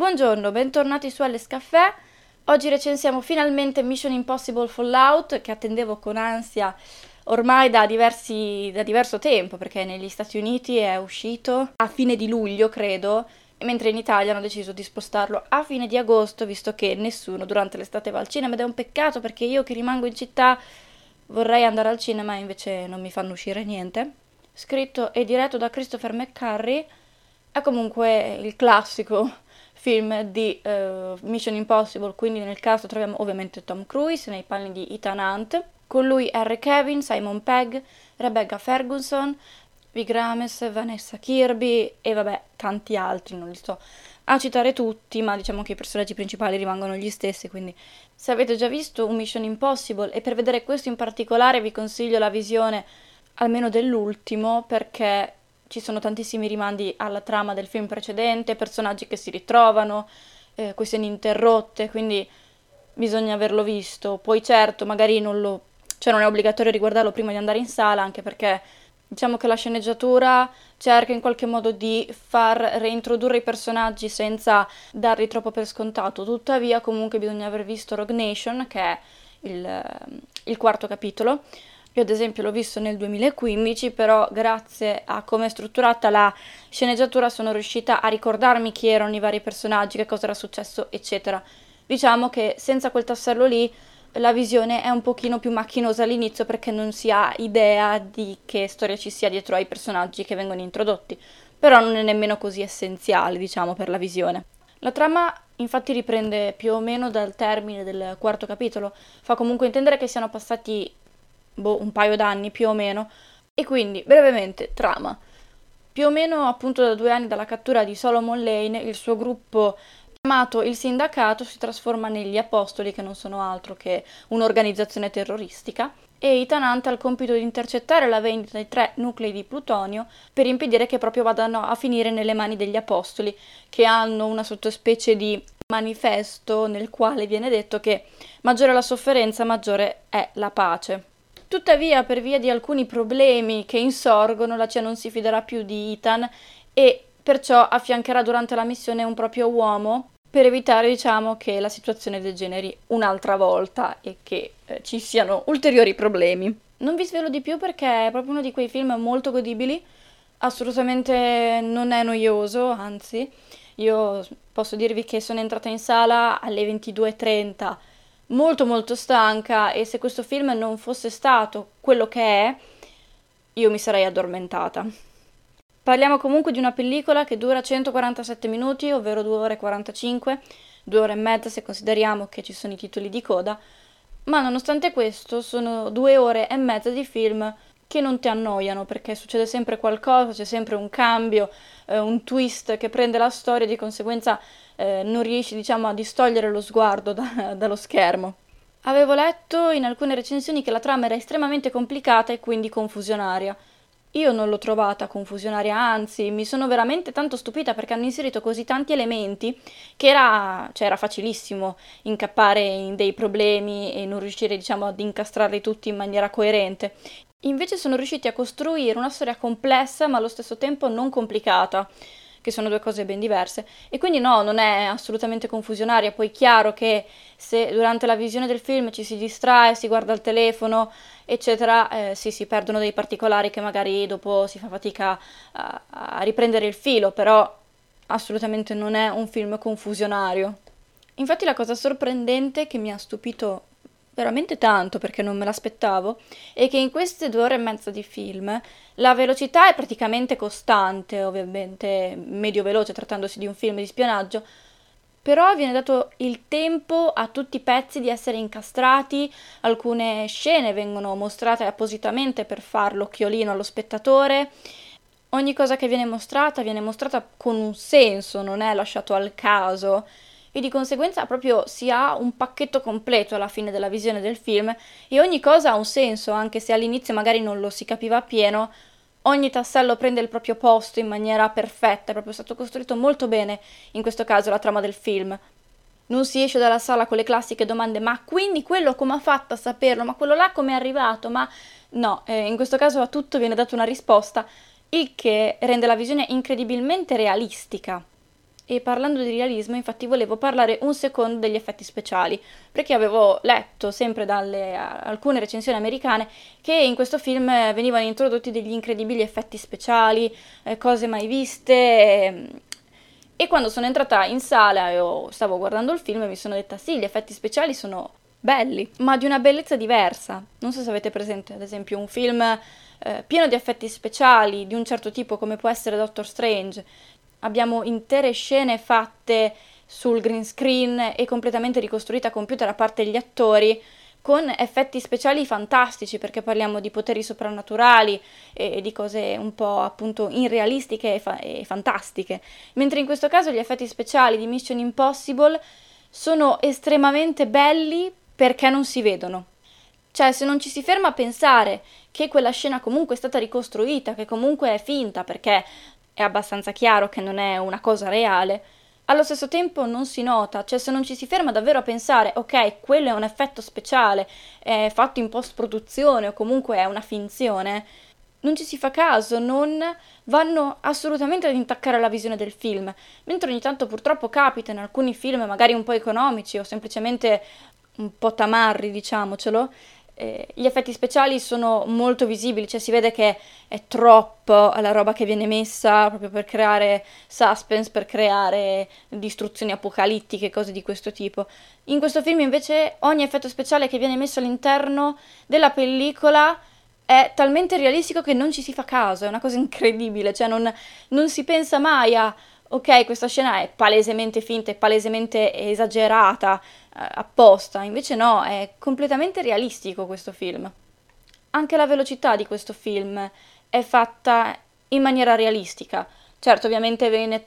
Buongiorno, bentornati su Alice Caffè. Oggi recensiamo finalmente Mission Impossible Fallout, che attendevo con ansia ormai da diverso tempo, perché negli Stati Uniti è uscito a fine di luglio, credo, mentre in Italia hanno deciso di spostarlo a fine di agosto, visto che nessuno durante l'estate va al cinema, ed è un peccato perché io che rimango in città vorrei andare al cinema e invece non mi fanno uscire niente. Scritto e diretto da Christopher McQuarrie, è comunque il classico film di Mission Impossible, quindi nel caso troviamo ovviamente Tom Cruise nei panni di Ethan Hunt, con lui Henry Cavill, Simon Pegg, Rebecca Ferguson, Vic Rames, Vanessa Kirby e vabbè tanti altri, non li sto a citare tutti, ma diciamo che i personaggi principali rimangono gli stessi, quindi se avete già visto un Mission Impossible e per vedere questo in particolare vi consiglio la visione almeno dell'ultimo, perché ci sono tantissimi rimandi alla trama del film precedente, personaggi che si ritrovano, questioni interrotte, quindi bisogna averlo visto. Poi certo, magari non è obbligatorio riguardarlo prima di andare in sala, anche perché diciamo che la sceneggiatura cerca in qualche modo di far reintrodurre i personaggi senza darli troppo per scontato. Tuttavia, comunque bisogna aver visto Rogue Nation, che è il quarto capitolo. Io ad esempio l'ho visto nel 2015, però grazie a come è strutturata la sceneggiatura sono riuscita a ricordarmi chi erano i vari personaggi, che cosa era successo, eccetera. Diciamo che senza quel tassello lì la visione è un pochino più macchinosa all'inizio, perché non si ha idea di che storia ci sia dietro ai personaggi che vengono introdotti, però non è nemmeno così essenziale, diciamo, per la visione. La trama infatti riprende più o meno dal termine del quarto capitolo, fa comunque intendere che siano passati un paio d'anni più o meno, e quindi brevemente trama. Più o meno appunto da 2 anni dalla cattura di Solomon Lane, il suo gruppo chiamato il Sindacato si trasforma negli Apostoli, che non sono altro che un'organizzazione terroristica, e Ethan Hunt ha il compito di intercettare la vendita dei 3 nuclei di plutonio per impedire che proprio vadano a finire nelle mani degli Apostoli, che hanno una sottospecie di manifesto nel quale viene detto che maggiore è la sofferenza, maggiore è la pace. Tuttavia, per via di alcuni problemi che insorgono, la CIA non si fiderà più di Ethan e perciò affiancherà durante la missione un proprio uomo per evitare, diciamo, che la situazione degeneri un'altra volta e che ci siano ulteriori problemi. Non vi svelo di più perché è proprio uno di quei film molto godibili, assolutamente non è noioso, anzi, io posso dirvi che sono entrata in sala alle 22:30 molto molto stanca, e se questo film non fosse stato quello che è, io mi sarei addormentata. Parliamo comunque di una pellicola che dura 147 minuti, ovvero 2 ore e 45, 2 ore e mezza se consideriamo che ci sono i titoli di coda, ma nonostante questo sono 2 ore e mezza di film che non ti annoiano, perché succede sempre qualcosa, c'è sempre un cambio, un twist che prende la storia, di conseguenza non riesci, diciamo, a distogliere lo sguardo dallo schermo. Avevo letto in alcune recensioni che la trama era estremamente complicata e quindi confusionaria. Io non l'ho trovata confusionaria, anzi, mi sono veramente tanto stupita perché hanno inserito così tanti elementi che era facilissimo incappare in dei problemi e non riuscire, diciamo, ad incastrarli tutti in maniera coerente. Invece sono riusciti a costruire una storia complessa ma allo stesso tempo non complicata, che sono 2 cose ben diverse, e quindi no, non è assolutamente confusionaria. Poi è chiaro che se durante la visione del film ci si distrae, si guarda il telefono, eccetera, si perdono dei particolari che magari dopo si fa fatica a riprendere il filo, però assolutamente non è un film confusionario. Infatti la cosa sorprendente che mi ha stupito veramente tanto, perché non me l'aspettavo, è che in queste 2 ore e mezza di film la velocità è praticamente costante, ovviamente medio veloce trattandosi di un film di spionaggio, però viene dato il tempo a tutti i pezzi di essere incastrati, alcune scene vengono mostrate appositamente per far l'occhiolino allo spettatore, ogni cosa che viene mostrata con un senso, non è lasciato al caso, e di conseguenza proprio si ha un pacchetto completo alla fine della visione del film, e ogni cosa ha un senso, anche se all'inizio magari non lo si capiva appieno. Ogni tassello prende il proprio posto in maniera perfetta, è proprio stato costruito molto bene, in questo caso, la trama del film. Non si esce dalla sala con le classiche domande: ma quindi quello come ha fatto a saperlo? Ma quello là come è arrivato? Ma no, in questo caso a tutto viene data una risposta, il che rende la visione incredibilmente realistica. E parlando di realismo, infatti volevo parlare un secondo degli effetti speciali, perché avevo letto sempre dalle alcune recensioni americane che in questo film venivano introdotti degli incredibili effetti speciali, cose mai viste. E quando sono entrata in sala e stavo guardando il film mi sono detta sì, gli effetti speciali sono belli, ma di una bellezza diversa. Non so se avete presente, ad esempio, un film pieno di effetti speciali di un certo tipo come può essere Doctor Strange. Abbiamo intere scene fatte sul green screen e completamente ricostruite a computer a parte gli attori, con effetti speciali fantastici, perché parliamo di poteri soprannaturali e di cose un po' appunto irrealistiche e fantastiche. Mentre in questo caso gli effetti speciali di Mission Impossible sono estremamente belli perché non si vedono. Cioè, se non ci si ferma a pensare che quella scena comunque è stata ricostruita, che comunque è finta, perché è abbastanza chiaro che non è una cosa reale, allo stesso tempo non si nota, cioè se non ci si ferma davvero a pensare, ok, quello è un effetto speciale, è fatto in post-produzione o comunque è una finzione, non ci si fa caso, non vanno assolutamente ad intaccare la visione del film, mentre ogni tanto purtroppo capita in alcuni film magari un po' economici o semplicemente un po' tamarri, diciamocelo, gli effetti speciali sono molto visibili, cioè si vede che è troppo la roba che viene messa proprio per creare suspense, per creare distruzioni apocalittiche, cose di questo tipo. In questo film invece ogni effetto speciale che viene messo all'interno della pellicola è talmente realistico che non ci si fa caso, è una cosa incredibile, cioè non si pensa mai a ok, questa scena è palesemente finta, è palesemente esagerata, apposta, invece no, è completamente realistico questo film. Anche la velocità di questo film è fatta in maniera realistica. Certo, ovviamente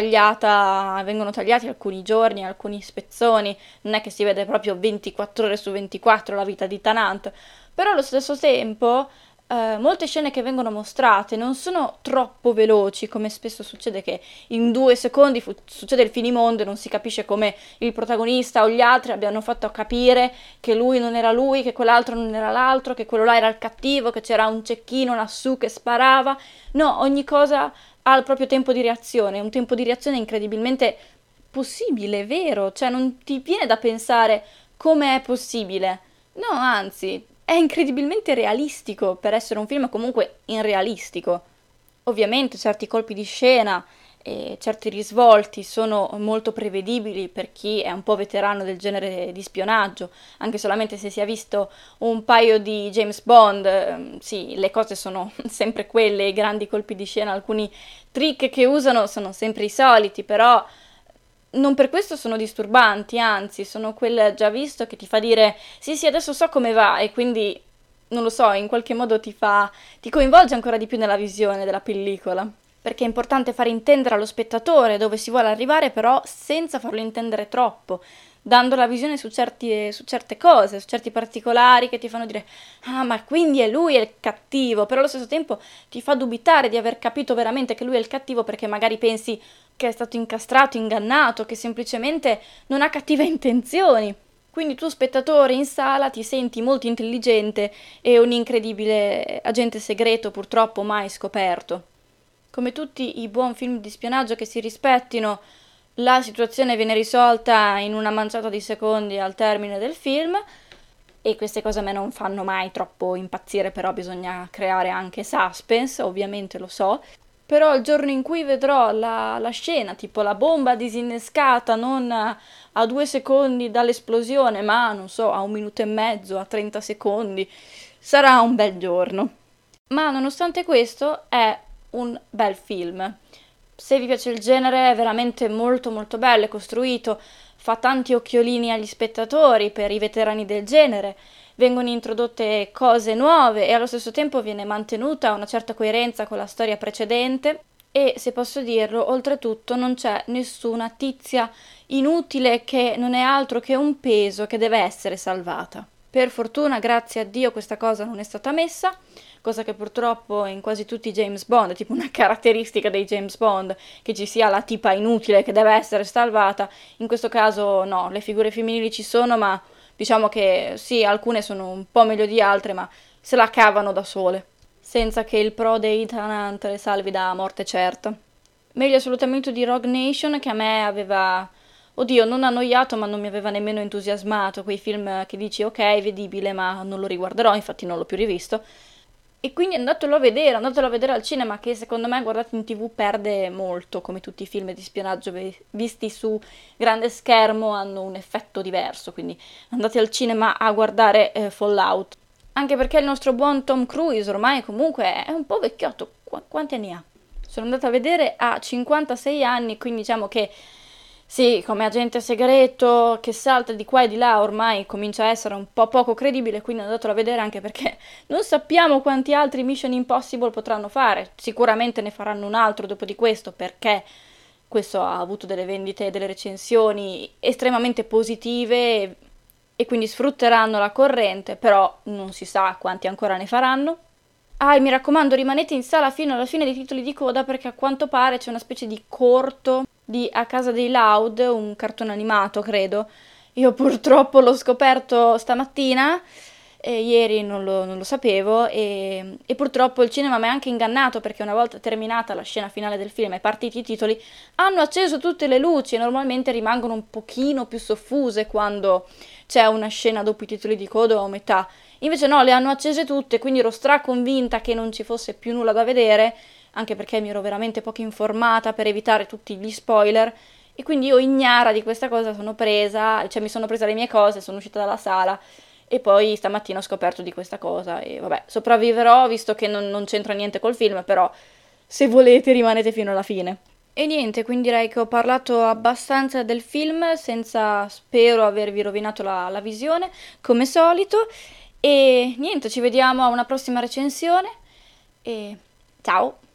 vengono tagliati alcuni giorni, alcuni spezzoni, non è che si vede proprio 24 ore su 24 la vita di Tanant, però allo stesso tempo molte scene che vengono mostrate non sono troppo veloci, come spesso succede che in 2 secondi succede il finimondo e non si capisce come il protagonista o gli altri abbiano fatto a capire che lui non era lui, che quell'altro non era l'altro, che quello là era il cattivo, che c'era un cecchino lassù che sparava. No, ogni cosa ha il proprio tempo di reazione, un tempo di reazione incredibilmente possibile, vero? Cioè non ti viene da pensare come è possibile. No, anzi, è incredibilmente realistico per essere un film comunque irrealistico. Ovviamente certi colpi di scena e certi risvolti sono molto prevedibili per chi è un po' veterano del genere di spionaggio, anche solamente se si è visto un paio di James Bond, sì, le cose sono sempre quelle, i grandi colpi di scena, alcuni trick che usano sono sempre i soliti, però non per questo sono disturbanti, anzi, sono quel già visto che ti fa dire sì, sì, adesso so come va e quindi, non lo so, in qualche modo ti coinvolge ancora di più nella visione della pellicola. Perché è importante fare intendere allo spettatore dove si vuole arrivare, però senza farlo intendere troppo, dando la visione su certe cose, su certi particolari che ti fanno dire ah, ma quindi è lui il cattivo, però allo stesso tempo ti fa dubitare di aver capito veramente che lui è il cattivo perché magari pensi che è stato incastrato, ingannato, che semplicemente non ha cattive intenzioni. Quindi tu spettatore in sala ti senti molto intelligente e un incredibile agente segreto purtroppo mai scoperto. Come tutti i buoni film di spionaggio che si rispettino, la situazione viene risolta in una manciata di secondi al termine del film e queste cose a me non fanno mai troppo impazzire, però bisogna creare anche suspense, ovviamente lo so. Però il giorno in cui vedrò la scena, tipo la bomba disinnescata non a 2 secondi dall'esplosione, ma non so, a 1 minuto e mezzo, a 30 secondi, sarà un bel giorno. Ma nonostante questo è un bel film. Se vi piace il genere è veramente molto molto bello, è costruito, fa tanti occhiolini agli spettatori per i veterani del genere, vengono introdotte cose nuove e allo stesso tempo viene mantenuta una certa coerenza con la storia precedente e, se posso dirlo, oltretutto non c'è nessuna tizia inutile che non è altro che un peso che deve essere salvata. Per fortuna, grazie a Dio, questa cosa non è stata messa, cosa che purtroppo in quasi tutti i James Bond è tipo una caratteristica dei James Bond, che ci sia la tipa inutile che deve essere salvata. In questo caso no, le figure femminili ci sono, ma diciamo che sì, alcune sono un po' meglio di altre, ma se la cavano da sole, senza che il pro dei Ethan Hunt le salvi da morte certa. Meglio assolutamente di Rogue Nation, che a me aveva, oddio, non annoiato, ma non mi aveva nemmeno entusiasmato, quei film che dici ok, è vedibile, ma non lo riguarderò, infatti non l'ho più rivisto. E quindi andatelo a vedere al cinema, che secondo me guardato in TV perde molto, come tutti i film di spionaggio visti su grande schermo hanno un effetto diverso, quindi andate al cinema a guardare Fallout. Anche perché il nostro buon Tom Cruise ormai comunque è un po' vecchiotto, quanti anni ha? Sono andata a vedere a 56 anni, quindi diciamo che sì, come agente segreto che salta di qua e di là ormai comincia a essere un po' poco credibile, quindi andatelo a vedere anche perché non sappiamo quanti altri Mission Impossible potranno fare. Sicuramente ne faranno un altro dopo di questo perché questo ha avuto delle vendite e delle recensioni estremamente positive e quindi sfrutteranno la corrente, però non si sa quanti ancora ne faranno. Ah, e mi raccomando, rimanete in sala fino alla fine dei titoli di coda perché a quanto pare c'è una specie di corto di A casa dei Loud, un cartone animato, credo. Io purtroppo l'ho scoperto stamattina, e ieri non lo sapevo, e purtroppo il cinema mi ha anche ingannato perché una volta terminata la scena finale del film e partiti i titoli, hanno acceso tutte le luci e normalmente rimangono un pochino più soffuse quando c'è una scena dopo i titoli di coda o a metà. Invece no, le hanno accese tutte, quindi ero straconvinta che non ci fosse più nulla da vedere, anche perché mi ero veramente poco informata per evitare tutti gli spoiler, e quindi io ignara di questa cosa mi sono presa le mie cose, sono uscita dalla sala, e poi stamattina ho scoperto di questa cosa, e vabbè, sopravviverò, visto che non c'entra niente col film, però se volete rimanete fino alla fine. E niente, quindi direi che ho parlato abbastanza del film, senza, spero, avervi rovinato la visione, come solito. E niente, ci vediamo a una prossima recensione e ciao!